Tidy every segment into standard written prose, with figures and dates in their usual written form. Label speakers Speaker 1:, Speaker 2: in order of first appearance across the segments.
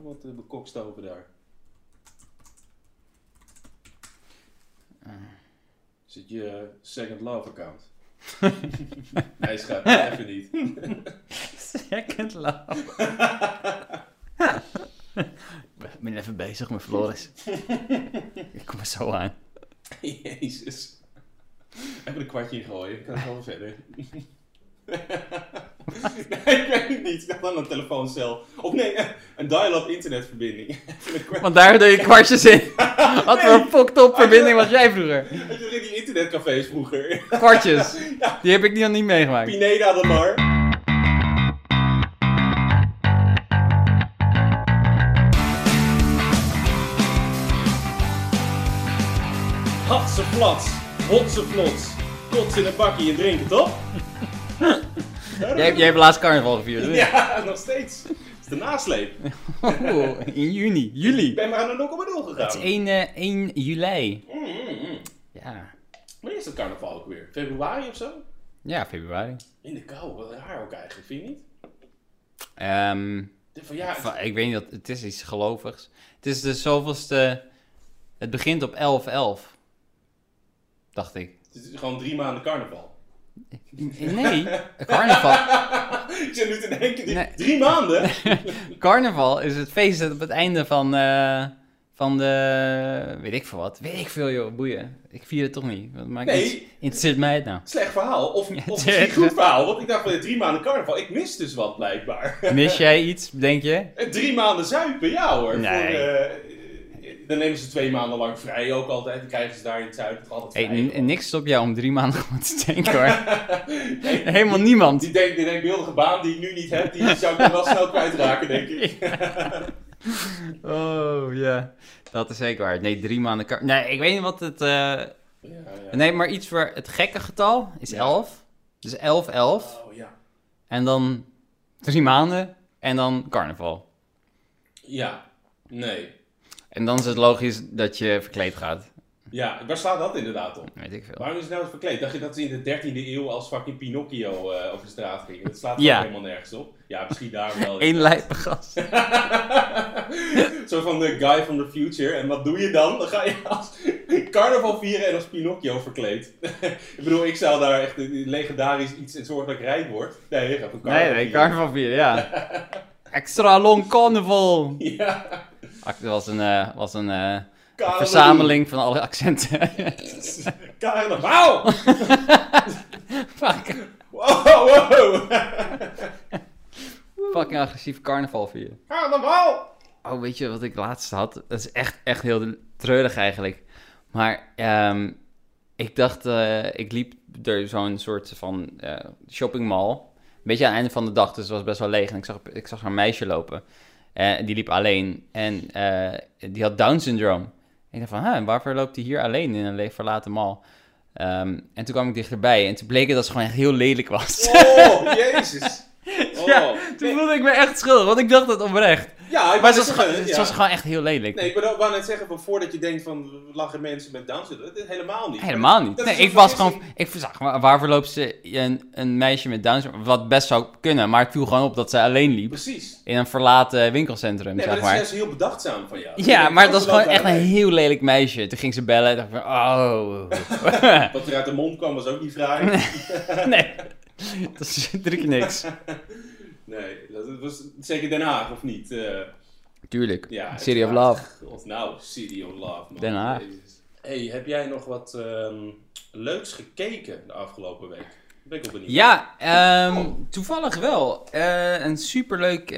Speaker 1: Wat bekokstoven daar. Is het je Second Love account? Nee, schat, even niet.
Speaker 2: Second Love. Ik ben even bezig met Floris. Ik kom er zo aan.
Speaker 1: Jezus. Even een kwartje ingooien. Ik kan gewoon verder. Nee, ik weet het niet. Ik dacht aan een telefooncel. Of nee, een dial-up internetverbinding.
Speaker 2: Want daar doe je kwartjes in. Wat voor een fucked up verbinding was jij vroeger?
Speaker 1: Had je in die internetcafés vroeger?
Speaker 2: Kwartjes. Die heb ik nog niet meegemaakt.
Speaker 1: Pineda de Mar. Hatse flats, hotse vlots, kots in een bakje en drinken, toch?
Speaker 2: Jij hebt laatst carnaval gevierd, hè?
Speaker 1: Ja, nog steeds. Het is de nasleep.
Speaker 2: Oh, in juli.
Speaker 1: Ik ben maar aan de 0,0 gegaan.
Speaker 2: Het is 1 juli. Ja.
Speaker 1: Wanneer is het carnaval ook weer? Februari of zo?
Speaker 2: Ja, februari.
Speaker 1: In de kou, wat raar ook eigenlijk, vind je niet?
Speaker 2: Ik weet niet, het is iets gelovigs. Het is de zoveelste... Het begint op 11/11. Dacht ik.
Speaker 1: Het is gewoon 3 maanden carnaval.
Speaker 2: Nee, carnaval.
Speaker 1: Ik zit nu te denken, 3 maanden?
Speaker 2: Carnaval is het feest op het einde van de... Weet ik veel wat. Weet ik veel, joh. Boeien. Ik vier het toch niet. Wat maakt interesseert mij het nou?
Speaker 1: Slecht verhaal. Of misschien goed verhaal. Want ik dacht van 3 maanden carnaval. Ik mis dus wat, blijkbaar.
Speaker 2: Mis jij iets, denk je?
Speaker 1: 3 maanden zuipen, ja hoor.
Speaker 2: Nee.
Speaker 1: Dan nemen ze 2 maanden lang vrij ook altijd. Dan krijgen ze daar in het zuiden toch altijd vrij.
Speaker 2: Hey, niks stopt jou om 3 maanden gewoon te denken, hoor. Nee, helemaal niemand.
Speaker 1: Die denkbeeldige baan die ik nu niet heb, die zou ik dan wel snel kwijtraken, denk ik.
Speaker 2: Oh, ja. Dat is zeker waar. Nee, 3 maanden... Nee, ik weet niet wat het...
Speaker 1: Ja.
Speaker 2: Nee, maar iets voor... Het gekke getal is 11. Dus 11/11.
Speaker 1: Oh, ja.
Speaker 2: En dan 3 maanden. En dan carnaval.
Speaker 1: Ja. Nee.
Speaker 2: En dan is het logisch dat je verkleed gaat.
Speaker 1: Ja, waar slaat dat inderdaad op?
Speaker 2: Weet ik veel.
Speaker 1: Waarom is het nou eens verkleed? Dacht je dat ze in de 13e eeuw als fucking Pinocchio over de straat gingen? Dat slaat helemaal nergens op. Ja, misschien daar wel.
Speaker 2: Eén lijpe gast.
Speaker 1: Zo van de guy from the future. En wat doe je dan? Dan ga je als carnaval vieren en als Pinocchio verkleed. Ik bedoel, ik zou daar echt legendarisch iets zorgen dat ik rijk word. Nee, je gaat een carnaval vieren.
Speaker 2: Carnaval vieren, ja. Extra long carnaval.
Speaker 1: Ja.
Speaker 2: Het was een verzameling van alle accenten.
Speaker 1: Carnaval!
Speaker 2: Fuck.
Speaker 1: Wow!
Speaker 2: Fucking agressief carnaval vieren.
Speaker 1: Carnaval!
Speaker 2: Oh, weet je wat ik laatst had? Dat is echt heel treurig eigenlijk. Maar ik dacht, ik liep door zo'n soort van shoppingmall. Een beetje aan het einde van de dag, dus het was best wel leeg. En ik zag een meisje lopen. Die liep alleen. En die had Down syndroom. En ik dacht van, waarvoor loopt hij hier alleen in een verlaten mall? En toen kwam ik dichterbij. En toen bleek het dat ze gewoon echt heel lelijk was.
Speaker 1: Oh, jezus. Oh.
Speaker 2: Ja, toen voelde ik me echt schuldig, want ik dacht het oprecht.
Speaker 1: Ja,
Speaker 2: maar het was gewoon echt heel lelijk.
Speaker 1: Nee, ik wou net zeggen, van voordat je denkt van, lachen mensen met Down syndroom, helemaal niet.
Speaker 2: Helemaal niet. Nee, ik zag, waarvoor loopt ze een meisje met Down syndroom, wat best zou kunnen, maar het viel gewoon op dat zij alleen liep.
Speaker 1: Precies.
Speaker 2: In een verlaten winkelcentrum,
Speaker 1: nee,
Speaker 2: zeg maar.
Speaker 1: Maar dat is heel bedachtzaam van jou.
Speaker 2: Ja, maar het was gewoon echt een heel lelijk meisje. Toen ging ze bellen en dacht van,
Speaker 1: Wat er uit de mond kwam was ook niet fraai.
Speaker 2: Nee, dat is natuurlijk niks.
Speaker 1: Nee, dat was zeker Den Haag, of niet?
Speaker 2: Tuurlijk.
Speaker 1: Ja,
Speaker 2: City of Love.
Speaker 1: Nou, City of Love, man.
Speaker 2: Den Haag.
Speaker 1: Hey, heb jij nog wat leuks gekeken de afgelopen week? Ben ik wel benieuwd.
Speaker 2: Ja, toevallig wel. Een superleuk...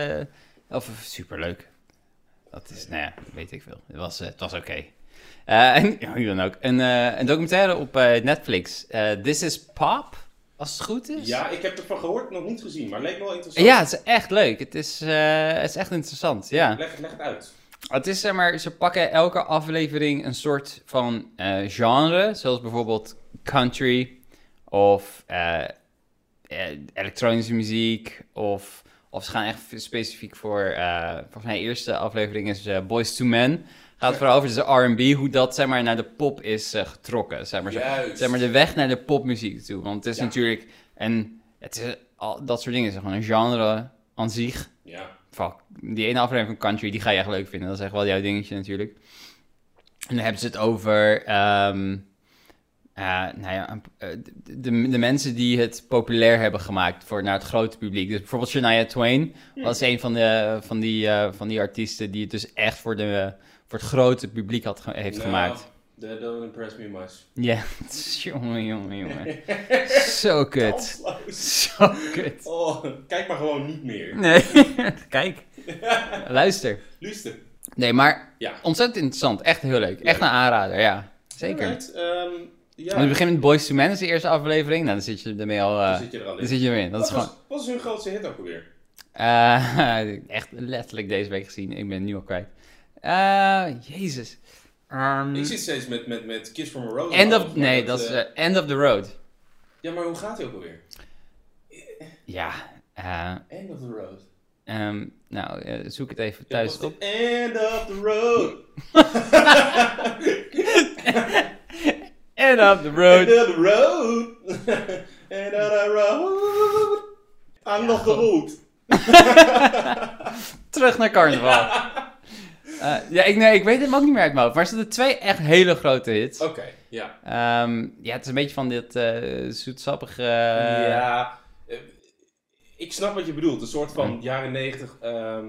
Speaker 2: superleuk. Dat is, nou ja, weet ik veel. Het was oké. Hoe dan ook. Een documentaire op Netflix. This is Pop. Als het goed is.
Speaker 1: Ja, ik heb ervan gehoord, nog niet gezien, maar het leek me wel interessant.
Speaker 2: Ja, het is echt leuk. Het is echt interessant, ja.
Speaker 1: Leg het uit.
Speaker 2: Het is, zeg maar, ze pakken elke aflevering een soort van genre, zoals bijvoorbeeld country of elektronische muziek of ze gaan echt specifiek voor, volgens mij de eerste aflevering is Boyz II Men. Gaat vooral over de R&B, hoe dat zeg maar, naar de pop is getrokken. Zeg maar de weg naar de popmuziek toe. Want het is natuurlijk, dat soort dingen is gewoon een genre aan zich.
Speaker 1: Ja.
Speaker 2: fuck, die ene aflevering van Country, die ga je echt leuk vinden. Dat is echt wel jouw dingetje natuurlijk. En dan hebben ze het over... de mensen die het populair hebben gemaakt naar het grote publiek. Dus bijvoorbeeld Shania Twain was een van die artiesten die het dus echt voor het grote publiek heeft gemaakt.
Speaker 1: That don't impress me much.
Speaker 2: Ja, jongen. Zo kut. Zo kut.
Speaker 1: Oh, kijk maar gewoon niet meer.
Speaker 2: Nee, kijk. Luister. Nee, maar ontzettend interessant. Echt heel leuk. Echt een aanrader, ja. Zeker.
Speaker 1: Alright,
Speaker 2: Want we beginnen met Boyz II Men, is de eerste aflevering. Nou, dan zit je ermee al...
Speaker 1: dan zit je er al in.
Speaker 2: Dan zit je erin.
Speaker 1: Wat was hun grootste hit ook alweer?
Speaker 2: Echt letterlijk deze week gezien. Ik ben het nu al kwijt. Jezus.
Speaker 1: Ik zit steeds met Kiss from a Rose.
Speaker 2: Dat is End of the Road.
Speaker 1: Ja, maar hoe gaat hij ook alweer?
Speaker 2: Ja.
Speaker 1: End of the Road.
Speaker 2: Zoek het even thuis op.
Speaker 1: End of the Road.
Speaker 2: End of the road.
Speaker 1: End of the road. End of the road. I'm nog de road.
Speaker 2: Terug naar carnaval. Ik weet het ook niet meer uit mijn hoofd. Maar er zitten 2 echt hele grote hits.
Speaker 1: Oké, ja.
Speaker 2: Het is een beetje van dit zoetsappige...
Speaker 1: Ja, ik snap wat je bedoelt. Een soort van jaren 90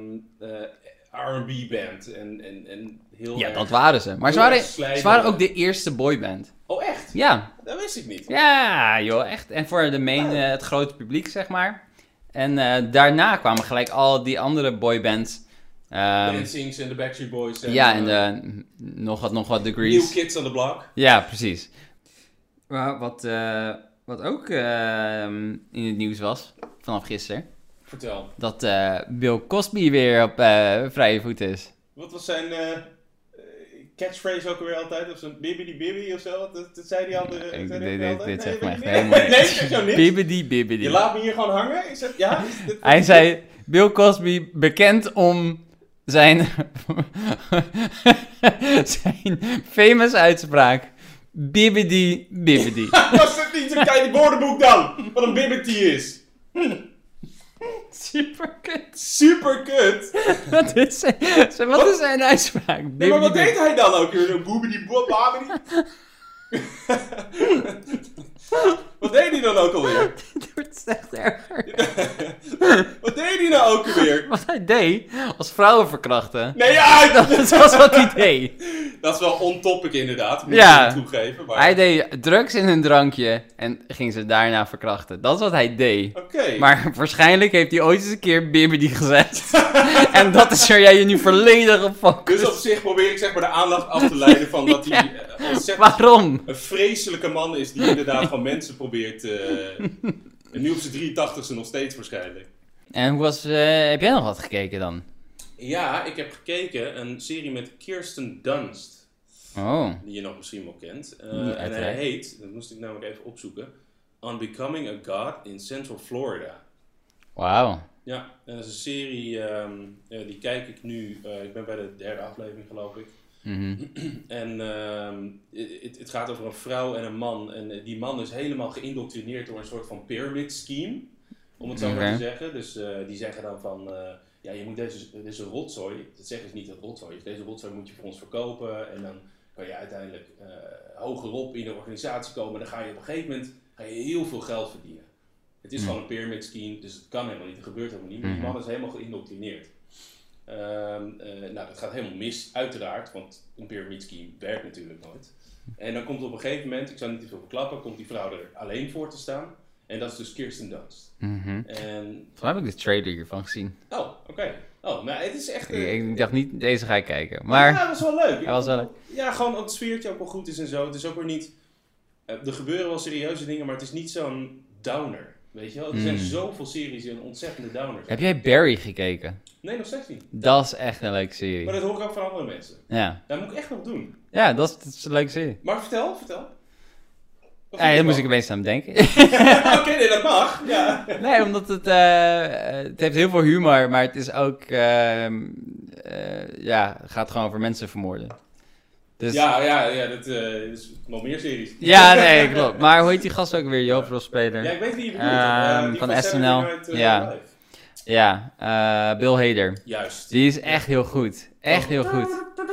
Speaker 1: R&B band. En heel erg,
Speaker 2: dat waren ze. Maar ze waren ook de eerste boyband.
Speaker 1: Oh, echt?
Speaker 2: Ja.
Speaker 1: Dat wist ik niet.
Speaker 2: Ja, joh, echt. En voor het grote publiek, zeg maar. En daarna kwamen gelijk al die andere boybands.
Speaker 1: De NSYNC en de Backstreet Boys.
Speaker 2: En nog wat Degrees.
Speaker 1: New Kids on the Block.
Speaker 2: Ja, precies. Wat ook in het nieuws was, vanaf gisteren.
Speaker 1: Vertel.
Speaker 2: Dat Bill Cosby weer op vrije voet is.
Speaker 1: Wat was zijn catchphrase ook alweer altijd? Of zo'n bibbidi of zo? Dat zei hij altijd.
Speaker 2: Dit zegt me echt helemaal
Speaker 1: Nee, zeg jou niks.
Speaker 2: Bibbidi.
Speaker 1: Je laat me hier gewoon hangen? Is dat, ja?
Speaker 2: Hij zei, Bill Cosby bekend om zijn famous uitspraak. Bibbidi.
Speaker 1: Was dat niet zo'n klein woordenboek dan? Wat een bibbidi is. Super kut.
Speaker 2: Wat is zijn uitspraak?
Speaker 1: Nee, maar wat deed hij dan ook? Zo'n boebidi babidi. Wat deed hij dan ook alweer?
Speaker 2: Dit wordt echt erger.
Speaker 1: Wat deed hij nou ook alweer?
Speaker 2: Wat hij deed, was vrouwen verkrachten.
Speaker 1: Nee, ja!
Speaker 2: Dat was wat hij deed.
Speaker 1: Dat is wel on-topic inderdaad, moet
Speaker 2: ik
Speaker 1: toegeven. Maar...
Speaker 2: Hij deed drugs in een drankje en ging ze daarna verkrachten. Dat is wat hij deed.
Speaker 1: Oké.
Speaker 2: Maar waarschijnlijk heeft hij ooit eens een keer bibbidi gezegd. En dat is waar jij je nu volledig op focust.
Speaker 1: Dus op zich probeer ik zeg maar de aandacht af te leiden van dat hij
Speaker 2: Waarom?
Speaker 1: Een vreselijke man is die inderdaad gewoon mensen probeert... en nu op zijn 83ste nog steeds waarschijnlijk.
Speaker 2: En heb jij nog wat gekeken dan?
Speaker 1: Ja, ik heb gekeken een serie met Kirsten Dunst.
Speaker 2: Oh.
Speaker 1: Die je nog misschien wel kent. En hij heet, dat moest ik namelijk even opzoeken, On Becoming a God in Central Florida.
Speaker 2: Wauw.
Speaker 1: Ja, en dat is een serie, die kijk ik nu, ik ben bij de 3e aflevering geloof ik.
Speaker 2: Mm-hmm.
Speaker 1: En het gaat over een vrouw en een man. En die man is helemaal geïndoctrineerd door een soort van pyramid scheme. Om het zo maar te zeggen. Dus die zeggen dan van... je moet deze rotzooi... Dat zeggen ze niet dat rotzooi is. Deze rotzooi moet je voor ons verkopen. En dan kan je uiteindelijk hogerop in de organisatie komen. Dan ga je op een gegeven moment heel veel geld verdienen. Het is gewoon een pyramid scheme. Dus het kan helemaal niet. Het gebeurt helemaal niet. Maar die man is helemaal geïndoctrineerd. Dat gaat helemaal mis, uiteraard, want een pyramid scheme werkt natuurlijk nooit. En dan komt op een gegeven moment, ik zal niet te veel verklappen, komt die vrouw er alleen voor te staan. En dat is dus Kirsten Dunst.
Speaker 2: Mm-hmm.
Speaker 1: En...
Speaker 2: Toen heb ik de trailer hiervan gezien.
Speaker 1: Oh, oké. Oh, maar het is echt...
Speaker 2: Ik dacht niet, deze ga ik kijken. Maar...
Speaker 1: Ja, dat was wel leuk.
Speaker 2: Dat was wel leuk.
Speaker 1: Ja, gewoon dat het sfeertje ook wel goed is en zo. Het is ook weer niet... er gebeuren wel serieuze dingen, maar het is niet zo'n downer. Weet je wel? Er zijn zoveel series die een ontzettende downer zijn.
Speaker 2: Heb jij Barry gekeken?
Speaker 1: Nee, nog steeds niet.
Speaker 2: Dat is echt een leuke serie.
Speaker 1: Maar dat hoor ik ook van andere mensen.
Speaker 2: Ja.
Speaker 1: Dat moet ik echt nog doen.
Speaker 2: Ja, dat is een leuke serie.
Speaker 1: Maar vertel.
Speaker 2: Daar moest ik opeens aan denken.
Speaker 1: Oké, nee, dat mag. Ja.
Speaker 2: Nee, omdat het heeft heel veel humor, maar het is ook... gaat gewoon over mensen vermoorden. Dus...
Speaker 1: Ja, dat is nog meer series.
Speaker 2: Ja, nee, klopt. Maar hoe heet die gast ook weer, je hoofdrolspeler?
Speaker 1: Ja, ik weet wie je bedoelt.
Speaker 2: Van SNL. Ja. Ja, Bill Hader.
Speaker 1: Juist.
Speaker 2: Die is echt heel goed. Echt heel goed.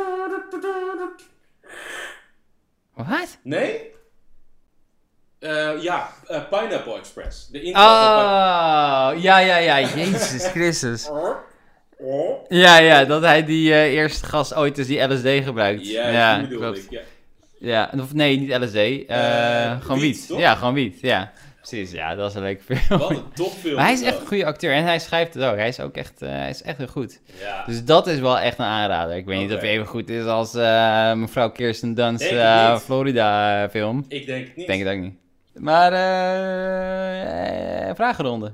Speaker 2: Wat?
Speaker 1: Nee? Pineapple Express. De intro
Speaker 2: Ja. Jezus Christus. Ja, dat hij die eerste gast ooit is die LSD gebruikt.
Speaker 1: Ja, die bedoel ik.
Speaker 2: Ja, of nee, niet LSD. Gewoon wiet.
Speaker 1: Toch?
Speaker 2: Ja, gewoon wiet. Ja, precies. Ja, dat is een leuke film.
Speaker 1: Wat een topfilm.
Speaker 2: Maar hij is echt een goede acteur en hij schrijft het ook. Hij is ook echt, hij is echt heel goed.
Speaker 1: Ja.
Speaker 2: Dus dat is wel echt een aanrader. Ik weet niet of hij even goed is als mevrouw Kirsten Dunst Florida film.
Speaker 1: Ik denk het niet.
Speaker 2: Ik denk het ook niet. Maar, vragenronde.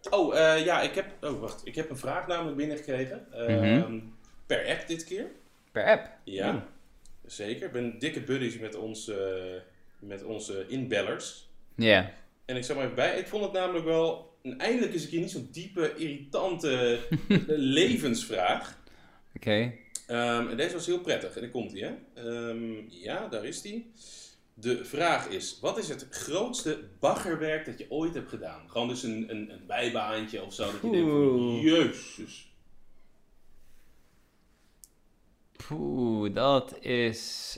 Speaker 1: Ik heb een vraag namelijk binnengekregen. Per app dit keer.
Speaker 2: Per app?
Speaker 1: Ja, zeker. Ik ben dikke buddies met onze inbellers.
Speaker 2: Ja.
Speaker 1: En ik zeg maar even bij, ik vond het namelijk wel, eindelijk is een keer niet zo'n diepe, irritante levensvraag.
Speaker 2: Oké.
Speaker 1: En deze was heel prettig. En daar komt hij, hè. Daar is hij. De vraag is, wat is het grootste baggerwerk dat je ooit hebt gedaan? Gewoon dus een bijbaantje of zo, dat je denkt van, jezus.
Speaker 2: Poeh, dat is...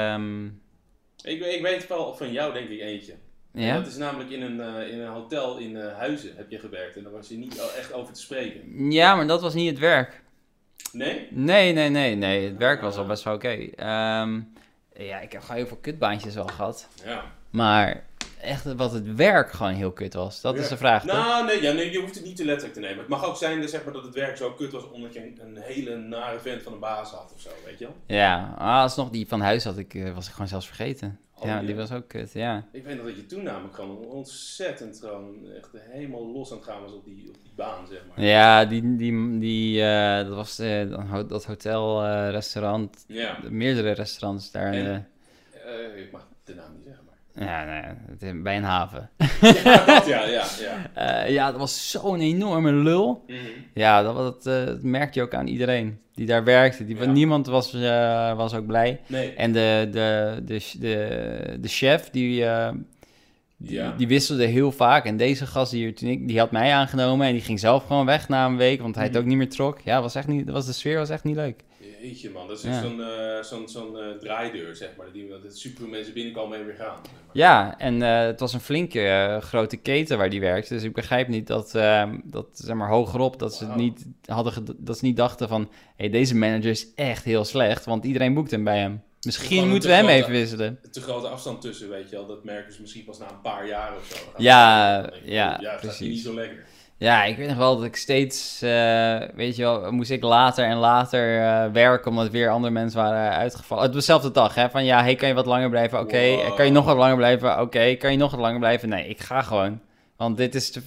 Speaker 1: Ik weet wel van jou denk ik eentje.
Speaker 2: Ja?
Speaker 1: Dat is namelijk in een hotel in Huizen heb je gewerkt en daar was je niet echt over te spreken.
Speaker 2: Ja, maar dat was niet het werk.
Speaker 1: Nee?
Speaker 2: Nee. Het werk was al best wel oké. Ja, ik heb gewoon heel veel kutbaantjes wel gehad.
Speaker 1: Ja.
Speaker 2: Maar echt wat het werk gewoon heel kut was. Dat is de vraag, toch?
Speaker 1: Nee, je hoeft het niet te letterlijk te nemen. Het mag ook zijn zeg maar, dat het werk zo kut was omdat je een hele nare vent van een baas had of zo, weet je wel?
Speaker 2: Ja, alsnog die van huis was ik gewoon zelfs vergeten. Die was ook kut, ja.
Speaker 1: Ik weet nog dat je toen namelijk gewoon ontzettend gewoon echt helemaal los aan het gaan was op die baan, zeg maar.
Speaker 2: Ja, dat was dat hotelrestaurant.
Speaker 1: Ja.
Speaker 2: Meerdere restaurants daar.
Speaker 1: Ik mag de naam niet zeggen, maar...
Speaker 2: Ja, bij een haven.
Speaker 1: Ja.
Speaker 2: Dat was zo'n enorme lul.
Speaker 1: Mm-hmm.
Speaker 2: Ja, dat merkte je ook aan iedereen die daar werkte. Niemand was ook blij.
Speaker 1: Nee.
Speaker 2: En de chef, die wisselde heel vaak. En deze gast die had mij aangenomen en die ging zelf gewoon weg na een week, want hij het ook niet meer trok. Ja, de sfeer was echt niet leuk.
Speaker 1: Jeetje man, dat is zo'n draaideur, zeg maar. Dat super mensen binnenkomen en weer gaan. Zeg maar.
Speaker 2: Ja, en het was een flinke grote keten waar die werkte. Dus ik begrijp niet dat zeg maar hogerop, dat ze niet dachten van, hey, deze manager is echt heel slecht, want iedereen boekt hem bij hem. Misschien moeten we hem even wisselen.
Speaker 1: Te grote afstand tussen, weet je wel. Dat merken ze misschien pas na een paar jaar of zo.
Speaker 2: Ja, precies.
Speaker 1: Dat is niet zo lekker.
Speaker 2: Ja, ik weet nog wel dat ik steeds, weet je wel, moest ik later en later werken, omdat weer andere mensen waren uitgevallen. Het was dezelfde dag, hè, van ja, hey, kan je wat langer blijven? Oké.
Speaker 1: Wow.
Speaker 2: Kan je nog wat langer blijven? Oké. Kan je nog wat langer blijven? Nee, ik ga gewoon. Want dit is...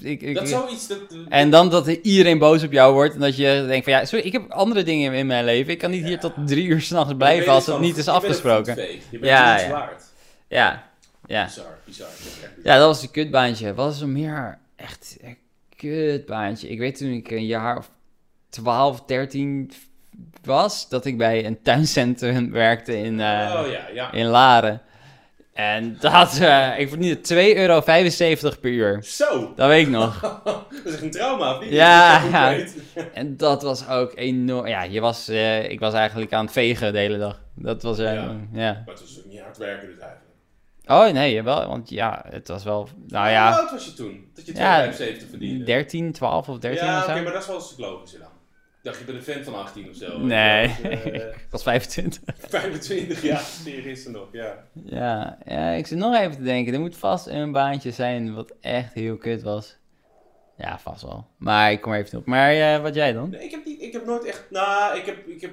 Speaker 2: En dan dat iedereen boos op jou wordt en dat je denkt van ja, sorry, ik heb andere dingen in mijn leven. Ik kan niet hier tot 3 uur 's nachts blijven als het niet is afgesproken.
Speaker 1: Je bent niets waard.
Speaker 2: Ja.
Speaker 1: Bizar.
Speaker 2: Ja, dat was een kutbaantje. Wat is er meer? Echt kutbaantje. Ik weet toen ik een jaar of 12, 13 was, dat ik bij een tuincentrum werkte in Laren. En dat, ik verdiende €2,75 per uur.
Speaker 1: Zo!
Speaker 2: Dat weet ik nog.
Speaker 1: Dat is echt een trauma, of niet?
Speaker 2: Ja. En dat was ook enorm. Ja, ik was eigenlijk aan het vegen de hele dag. Dat was, ja.
Speaker 1: Maar het was ook niet hard werken dus eigenlijk.
Speaker 2: Oh, nee, jawel. Want ja, het was wel... Nou ja...
Speaker 1: Hoe oud was je toen? Dat je 2,75 verdiende?
Speaker 2: 13, 12 of 13 of zo.
Speaker 1: Ja, oké, maar dat is wel een stuk logischer dan. Ik dacht, je bent een fan van 18 of zo.
Speaker 2: Nee, ik was 25.
Speaker 1: 25, ja. Gisteren nog, ja.
Speaker 2: Ja, ik zit nog even te denken. Er moet vast een baantje zijn wat echt heel kut was. Ja, vast wel. Maar ik kom er even op. Maar wat jij dan?
Speaker 1: Nee, ik heb nooit echt... Nou, ik heb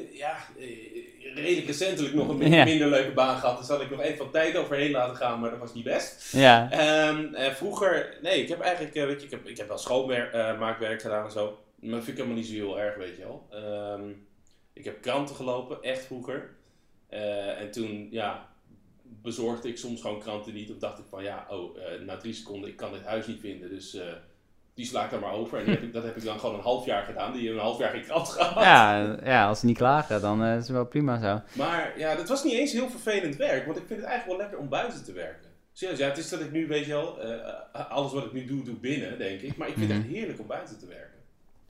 Speaker 1: redelijk recentelijk nog een minder leuke baan gehad. Daar zal ik nog even wat tijd overheen laten gaan, maar dat was niet best.
Speaker 2: Ja.
Speaker 1: Vroeger... Nee, ik heb eigenlijk... ik heb wel schoonmaakwerk gedaan en zo. Maar dat vind ik helemaal niet zo heel erg, weet je wel. Ik heb kranten gelopen, echt vroeger. En toen, bezorgde ik soms gewoon kranten niet. Of dacht ik van, na 3 seconden, ik kan dit huis niet vinden. Dus die sla ik dan maar over. En dat heb ik dan gewoon een half jaar gedaan. Die hebben een half jaar geen krant gehad.
Speaker 2: Ja, als ze niet klagen, dan is het wel prima zo.
Speaker 1: Maar ja, dat was niet eens heel vervelend werk. Want ik vind het eigenlijk wel lekker om buiten te werken. Serieus, het is dat ik nu, weet je wel, alles wat ik nu doe binnen, denk ik. Maar ik vind het echt heerlijk om buiten te werken.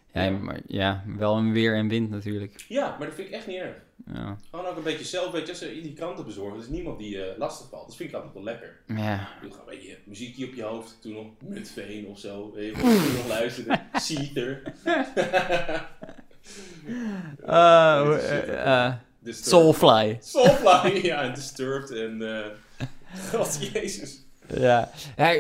Speaker 2: Ja, maar ja, wel een weer en wind natuurlijk.
Speaker 1: Ja, maar dat vind ik echt niet erg.
Speaker 2: Ja.
Speaker 1: Gewoon ook een beetje zelf, weet je, als er in die kranten bezorgen, er is niemand die lastig valt. Dat vind ik altijd wel lekker.
Speaker 2: Ja.
Speaker 1: Je doet gewoon een beetje muziekje op je hoofd, toen nog Mudvayne of zo, weet je, toen nog luisteren, Seether.
Speaker 2: Soulfly.
Speaker 1: Soulfly, ja, en Disturbed en God Jezus.
Speaker 2: Ja,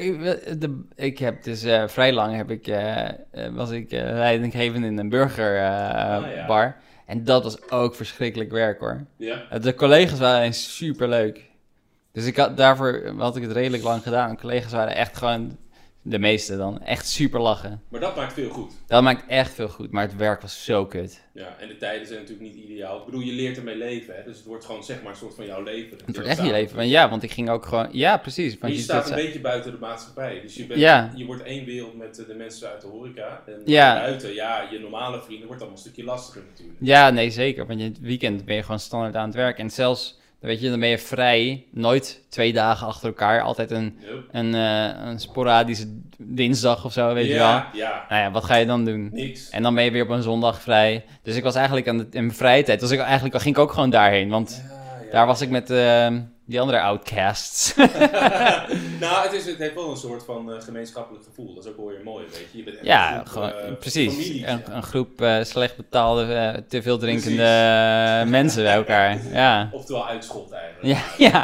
Speaker 2: ik heb dus vrij lang was ik leidinggevend in een burgerbar.
Speaker 1: Ja.
Speaker 2: En dat was ook verschrikkelijk werk hoor.
Speaker 1: Ja.
Speaker 2: De collega's waren super leuk. Dus daarvoor had ik het redelijk lang gedaan. De collega's waren echt gewoon, de meeste dan, echt super lachen.
Speaker 1: Maar dat maakt veel goed.
Speaker 2: Dat maakt echt veel goed, maar het werk was zo kut.
Speaker 1: Ja, en de tijden zijn natuurlijk niet ideaal. Ik bedoel, je leert ermee leven, hè? Dus het wordt gewoon zeg maar een soort van jouw leven.
Speaker 2: Het wordt echt je leven. Ja, want ik ging ook gewoon, ja precies.
Speaker 1: Want je staat een beetje buiten de maatschappij. Dus je wordt één wereld met de mensen uit de horeca. En buiten, je normale vrienden wordt allemaal een stukje lastiger natuurlijk.
Speaker 2: Ja, nee zeker. Want in het weekend ben je gewoon standaard aan het werk. En zelfs, weet je, dan ben je vrij. Nooit 2 dagen achter elkaar. Altijd een sporadische dinsdag of zo, weet je wel.
Speaker 1: Ja.
Speaker 2: Nou ja, wat ga je dan doen?
Speaker 1: Niks.
Speaker 2: En dan ben je weer op een zondag vrij. Dus ik was eigenlijk in mijn vrije tijd. Dus ging ik ook gewoon daarheen. Want daar was ik met die andere outcasts.
Speaker 1: Nou, het heeft wel een soort van gemeenschappelijk gevoel. Dat is ook wel weer mooi, weet je. Je bent echt een groep,
Speaker 2: gewoon, precies.
Speaker 1: Familie,
Speaker 2: een groep slecht betaalde, te veel drinkende mensen bij elkaar. Ja.
Speaker 1: Oftewel uitschot eigenlijk.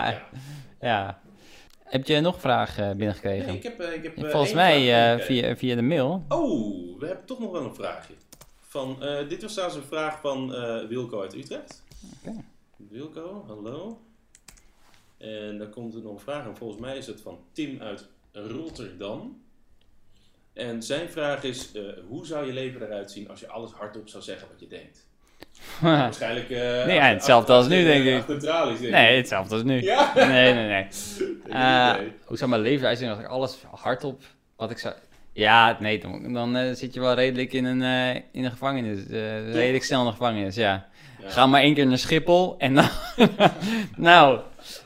Speaker 2: Ja. Heb je nog een vraag binnengekregen?
Speaker 1: Nee, ik heb
Speaker 2: volgens mij via de mail.
Speaker 1: Oh, we hebben toch nog wel een vraagje. Dit was trouwens een vraag van Wilco uit Utrecht.
Speaker 2: Okay.
Speaker 1: Wilco, hallo. En dan komt er nog een vraag. En volgens mij is het van Tim uit Rotterdam. En zijn vraag is, hoe zou je leven eruit zien als je alles hardop zou zeggen wat je denkt? Waarschijnlijk...
Speaker 2: hetzelfde als nu, denk ik.
Speaker 1: Achter tralies, denk ik.
Speaker 2: Nee, hetzelfde als nu.
Speaker 1: Ja?
Speaker 2: Nee. Hoe zou mijn leven eruit zien als ik alles hardop wat ik zou... Ja, nee, dan zit je wel redelijk in een gevangenis. Redelijk snel in de gevangenis, ja. Ga maar 1 keer naar Schiphol en dan... nou...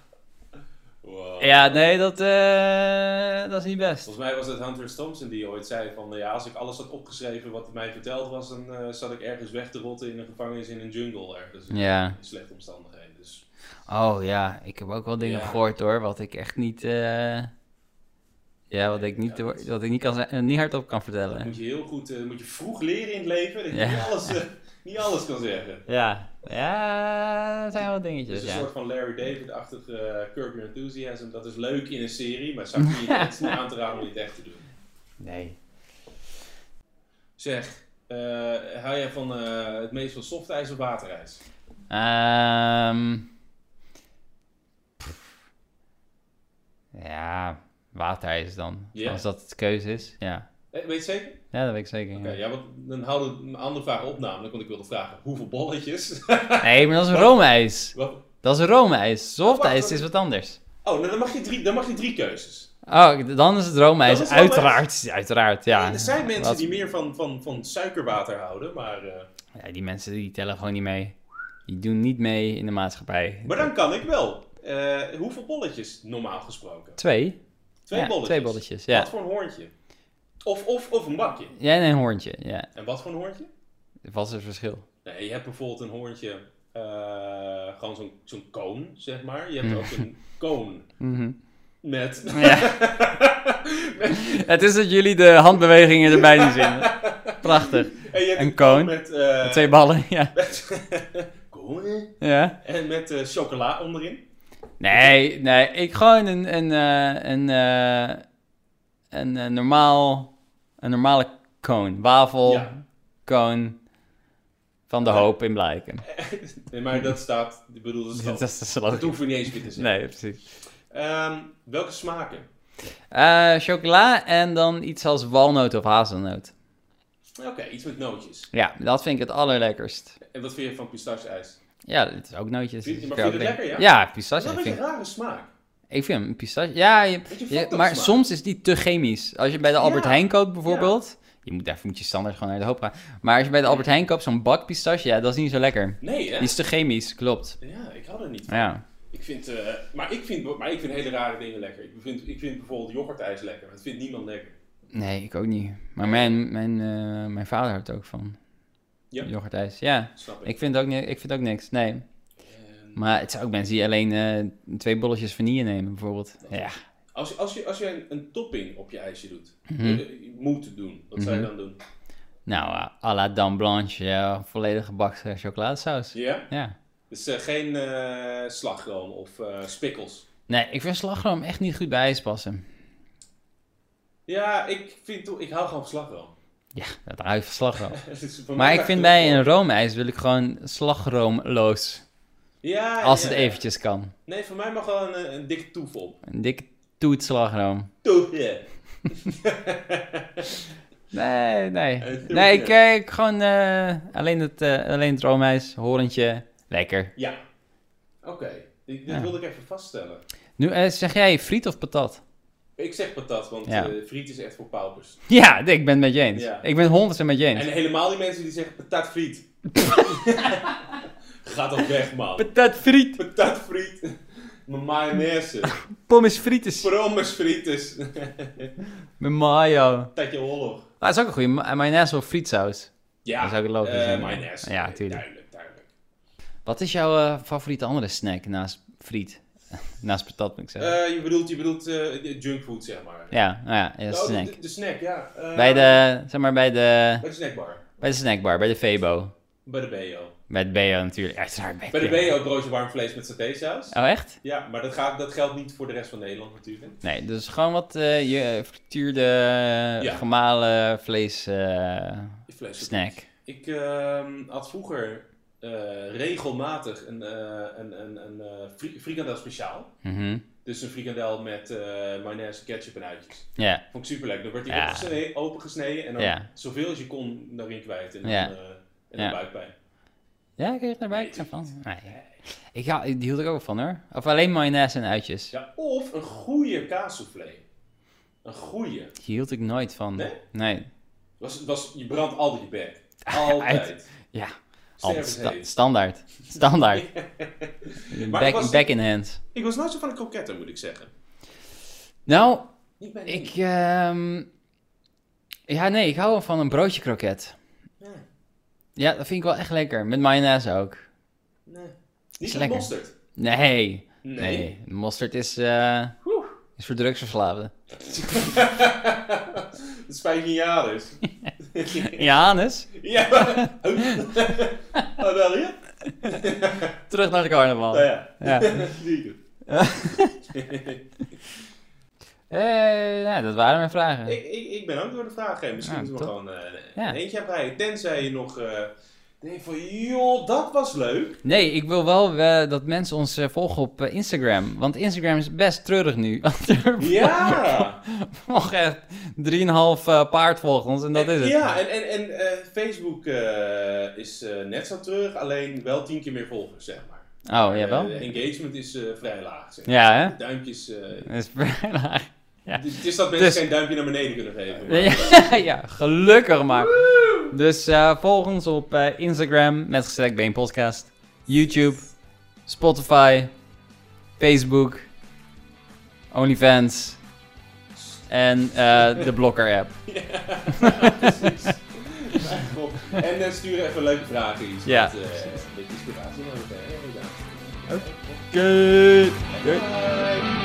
Speaker 1: Wow.
Speaker 2: Ja, nee, dat is niet best.
Speaker 1: Volgens mij was het Hunter S. Thompson die ooit zei van... als ik alles had opgeschreven wat mij verteld was... dan zat ik ergens weg te rotten in een gevangenis in een jungle ergens. In slechte omstandigheden. Dus.
Speaker 2: Oh ja, ik heb ook wel dingen gehoord hoor, wat ik echt niet... wat ik niet hardop kan vertellen.
Speaker 1: Dat moet je heel goed... moet je vroeg leren in het leven. Dat je niet alles kan zeggen.
Speaker 2: Ja, dat zijn wel dingetjes.
Speaker 1: Dus een soort van Larry David-achtige Curb Your Enthusiasm. Dat is leuk in een serie, maar het is niet aan te raden om het echt te doen.
Speaker 2: Nee.
Speaker 1: Zeg, hou jij van het meest van softijs of waterijs?
Speaker 2: Ja, waterijs dan.
Speaker 1: Yeah.
Speaker 2: Als dat de keuze is, ja.
Speaker 1: Weet je zeker?
Speaker 2: Ja, dat weet ik zeker.
Speaker 1: Oké, want dan houden we een andere vraag op namelijk, want ik wilde vragen hoeveel bolletjes?
Speaker 2: Nee, maar dat is een roomijs.
Speaker 1: Wat?
Speaker 2: Dat is een roomijs. Softijs is wat anders.
Speaker 1: Oh, nou, dan mag je 3 keuzes.
Speaker 2: Oh, dan is het roomijs. Uiteraard, ja.
Speaker 1: Nee, er zijn mensen die meer van suikerwater houden, maar...
Speaker 2: Ja, die mensen die tellen gewoon niet mee. Die doen niet mee in de maatschappij.
Speaker 1: Maar dan kan ik wel. Hoeveel bolletjes, normaal gesproken?
Speaker 2: 2.
Speaker 1: 2 bolletjes?
Speaker 2: 2 bolletjes, ja.
Speaker 1: Wat voor een hoorntje? Of een bakje?
Speaker 2: Ja, nee, een hoorntje, ja.
Speaker 1: En wat voor een hoorntje?
Speaker 2: Wat is het verschil?
Speaker 1: Nee, je hebt bijvoorbeeld een hoorntje, gewoon zo'n koon, zeg maar. Je hebt ook een koon met...
Speaker 2: Ja. Het is dat jullie de handbewegingen erbij niet zien. Prachtig.
Speaker 1: En je hebt
Speaker 2: een koon met 2 ballen, ja.
Speaker 1: Konen?
Speaker 2: Ja.
Speaker 1: En met chocola onderin?
Speaker 2: Nee, ik gewoon een normale koon. Wafel, koon van de hoop in Blijken.
Speaker 1: Nee, maar dat staat, ik bedoel, dat hoeven we niet eens meer te zeggen.
Speaker 2: Nee, precies.
Speaker 1: Welke smaken?
Speaker 2: Chocola en dan iets als walnoot of hazelnoot.
Speaker 1: Oké, iets met nootjes.
Speaker 2: Ja, dat vind ik het allerlekkerst.
Speaker 1: En wat vind je van pistache-ijs?
Speaker 2: Ja, het is ook nootjes.
Speaker 1: Vind je het lekker, ja?
Speaker 2: Ja, pistache.
Speaker 1: Dat is een beetje een rare smaak.
Speaker 2: Ik vind een pistache... Ja, maar soms is die te chemisch. Als je bij de Albert Heijn koopt bijvoorbeeld... Daarvoor moet je standaard gewoon naar de hoop gaan. Maar als je bij de Albert Heijn koopt, zo'n bak pistache... Ja, dat is niet zo lekker.
Speaker 1: Nee, hè?
Speaker 2: Die is te chemisch, klopt.
Speaker 1: Ja, ik hou er niet van.
Speaker 2: Ja.
Speaker 1: Ik vind hele rare dingen lekker. Ik vind bijvoorbeeld yoghurtijs lekker, maar dat vindt niemand lekker.
Speaker 2: Nee, ik ook niet. Maar mijn vader houdt er ook van.
Speaker 1: Ja?
Speaker 2: Yoghurtijs, ja.
Speaker 1: Snap
Speaker 2: Ik vind ook niks, nee. Maar het zijn ook mensen die alleen 2 bolletjes vanille nemen, bijvoorbeeld. Ja.
Speaker 1: Als je een topping op je ijsje doet,
Speaker 2: Mhm.
Speaker 1: moet doen, wat zou je dan doen?
Speaker 2: Nou, à la dame blanche, volledig gebakken chocoladesaus.
Speaker 1: Ja?
Speaker 2: Ja.
Speaker 1: Dus geen slagroom of spikkels?
Speaker 2: Nee, ik vind slagroom echt niet goed bij ijs passen.
Speaker 1: Ja, ik hou gewoon van slagroom.
Speaker 2: Ja, dat hou je van slagroom.
Speaker 1: Dus voor
Speaker 2: Maar
Speaker 1: mij
Speaker 2: ik
Speaker 1: gaat
Speaker 2: vind
Speaker 1: het
Speaker 2: bij
Speaker 1: ook
Speaker 2: een roomijs wil ik gewoon slagroomloos.
Speaker 1: Ja,
Speaker 2: Als
Speaker 1: ja,
Speaker 2: het
Speaker 1: ja.
Speaker 2: eventjes kan.
Speaker 1: Nee, voor mij mag wel een dikke toef op.
Speaker 2: Een dikke toet slagroom.
Speaker 1: Toef, ja.
Speaker 2: Nee.
Speaker 1: toetje.
Speaker 2: Nee, ik gewoon alleen het roomijs, horentje, lekker.
Speaker 1: Ja. Oké. Dit
Speaker 2: Ja.
Speaker 1: wilde ik even vaststellen.
Speaker 2: Nu zeg jij friet of patat?
Speaker 1: Ik zeg patat, want
Speaker 2: Ja.
Speaker 1: friet is echt voor paupers.
Speaker 2: Ja, ik ben het met je eens.
Speaker 1: Ja.
Speaker 2: Ik ben 100% met je eens.
Speaker 1: En helemaal die mensen die zeggen patatfriet. Gaat ook weg, man.
Speaker 2: Patat friet,
Speaker 1: Patatfriet. Mijn mayonaise.
Speaker 2: pommes frites,
Speaker 1: Prommes frites.
Speaker 2: met mayo.
Speaker 1: Tatje Holloch.
Speaker 2: Dat is ook een goede mayonaise of frietsaus.
Speaker 1: Ja.
Speaker 2: Dat is ook logisch, hè?
Speaker 1: Mayonaise.
Speaker 2: Ja, tuurlijk.
Speaker 1: Duidelijk.
Speaker 2: Wat is jouw favoriete andere snack naast friet? Naast patat, moet ik zeggen.
Speaker 1: Je bedoelt junkfood, zeg maar.
Speaker 2: Ja,
Speaker 1: Oh,
Speaker 2: snack.
Speaker 1: De snack, ja.
Speaker 2: Bij de
Speaker 1: snackbar.
Speaker 2: Bij de snackbar, bij de Febo.
Speaker 1: Bij de BO.
Speaker 2: Bij de BO natuurlijk, uiteraard.
Speaker 1: Bij de BO broodje warm vlees met satésaus.
Speaker 2: Oh, echt?
Speaker 1: Ja, maar dat geldt niet voor de rest van Nederland natuurlijk.
Speaker 2: Nee, dus gewoon wat je frituurde, gemalen vlees snack.
Speaker 1: Ik had vroeger regelmatig een frikandel speciaal.
Speaker 2: Mhm.
Speaker 1: Dus een frikandel met mayonaise, ketchup en uitjes.
Speaker 2: Ja,
Speaker 1: Vond ik super lekker. Dan werd die opengesneden en dan
Speaker 2: Ja.
Speaker 1: zoveel als je kon daarin kwijt. En dan,
Speaker 2: Ja.
Speaker 1: en dan buikpijn.
Speaker 2: ja, kreeg je erbij van? Nee. Die hield ik ook van hoor. Of alleen mayonaise en uitjes.
Speaker 1: Ja, of een goede kaassoufflé. Een goede.
Speaker 2: Die hield ik nooit van.
Speaker 1: Nee?
Speaker 2: Nee.
Speaker 1: Je brandt altijd je bek. Altijd.
Speaker 2: Ja,
Speaker 1: Stervensheet.
Speaker 2: standaard.
Speaker 1: Maar
Speaker 2: back in hands.
Speaker 1: Ik was nooit zo van een kroketten, moet ik zeggen.
Speaker 2: Nou,
Speaker 1: Niet bij
Speaker 2: ik hou wel van een broodje kroket.
Speaker 1: Ja.
Speaker 2: Ja, dat vind ik wel echt lekker. Met mayonaise ook.
Speaker 1: Nee.
Speaker 2: Is
Speaker 1: Niet met
Speaker 2: lekker.
Speaker 1: mosterd.
Speaker 2: Nee. Mosterd is voor drugsverslaafden.
Speaker 1: Dat spijt je Janus.
Speaker 2: Ja, Hannes.
Speaker 1: Ja. Wat wil je?
Speaker 2: Terug naar de carnaval.
Speaker 1: Nou ja.
Speaker 2: Ja.
Speaker 1: Zie ik
Speaker 2: het. Dat waren mijn vragen.
Speaker 1: Ik ben ook door de vraag heen. Misschien moeten we gewoon een eentje aan breien. Tenzij je nog denkt van, joh, dat was leuk.
Speaker 2: Nee, ik wil wel dat mensen ons volgen op Instagram. Want Instagram is best treurig nu.
Speaker 1: Ja.
Speaker 2: Nog echt 3,5 paard volgen ons en dat is het.
Speaker 1: Ja, en Facebook is net zo terug, alleen wel 10 keer meer volgers, zeg maar.
Speaker 2: Oh, jawel?
Speaker 1: De engagement is vrij laag, zeg maar.
Speaker 2: Ja, hè?
Speaker 1: De duimpjes...
Speaker 2: Dat is vrij laag. Ja.
Speaker 1: Het is dat mensen geen duimpje naar beneden kunnen geven. Maar...
Speaker 2: Ja, gelukkig maar. Dus volg ons op Instagram met Gestrekt Been Podcast, YouTube, Spotify, Facebook, OnlyFans en de Blokker app.
Speaker 1: Ja, precies. Mijn god. En stuur even leuke vragen. Iets
Speaker 2: Ja.
Speaker 1: met inspiratie.
Speaker 2: Oké.
Speaker 1: Bye.